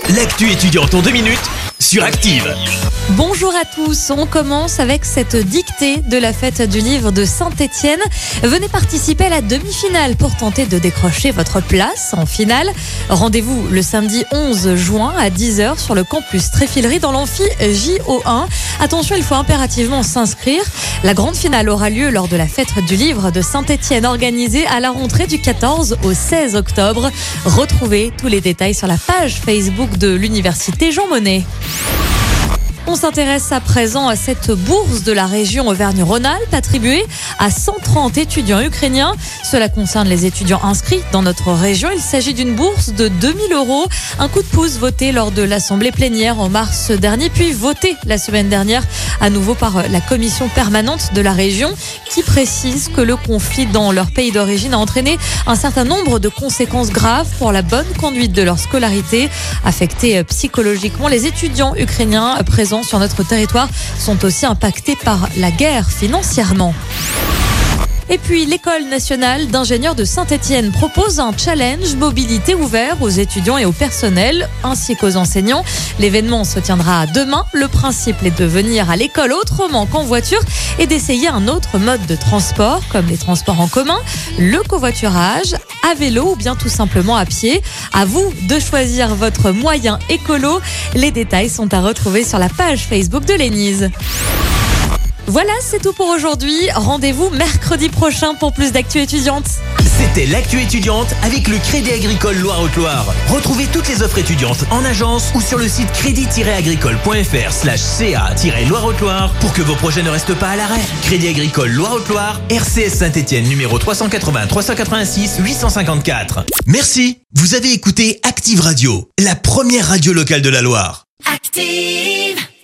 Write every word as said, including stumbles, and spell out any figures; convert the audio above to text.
L'actu étudiante en deux minutes sur Active. Bonjour à tous, on commence avec cette dictée de la fête du livre de Saint-Étienne. Venez participer à la demi-finale pour tenter de décrocher votre place en finale. Rendez-vous le samedi onze juin à dix heures sur le campus Tréfilerie dans l'amphi J O un. Attention, il faut impérativement s'inscrire. La grande finale aura lieu lors de la fête du livre de Saint-Étienne organisée à la rentrée du quatorze au seize octobre. Retrouvez tous les détails sur la page Facebook de l'université Jean Monnet. On s'intéresse à présent à cette bourse de la région Auvergne-Rhône-Alpes attribuée à cent trente étudiants ukrainiens. Cela concerne les étudiants inscrits dans notre région. Il s'agit d'une bourse de deux mille euros. Un coup de pouce voté lors de l'assemblée plénière en mars dernier, puis voté la semaine dernière à nouveau par la commission permanente de la région qui précise que le conflit dans leur pays d'origine a entraîné un certain nombre de conséquences graves pour la bonne conduite de leur scolarité. Affectés psychologiquement, les étudiants ukrainiens présents sur notre territoire sont aussi impactés par la guerre financièrement. Et puis, l'École nationale d'ingénieurs de Saint-Étienne propose un challenge mobilité ouvert aux étudiants et au personnel, ainsi qu'aux enseignants. L'événement se tiendra demain. Le principe est de venir à l'école autrement qu'en voiture et d'essayer un autre mode de transport, comme les transports en commun, le covoiturage, à vélo ou bien tout simplement à pied. À vous de choisir votre moyen écolo. Les détails sont à retrouver sur la page Facebook de l'Énise. Voilà, c'est tout pour aujourd'hui. Rendez-vous mercredi prochain pour plus d'actu étudiante. C'était l'actu étudiante avec le Crédit Agricole Loire-Haute-Loire. Retrouvez toutes les offres étudiantes en agence ou sur le site crédit-agricole.fr slash ca-loire-haute-loire pour que vos projets ne restent pas à l'arrêt. Crédit Agricole Loire-Haute-Loire, R C S Saint-Étienne numéro trois cent quatre-vingts trois cent quatre-vingt-six huit cent cinquante-quatre. Merci. Vous avez écouté Active Radio, la première radio locale de la Loire. Active!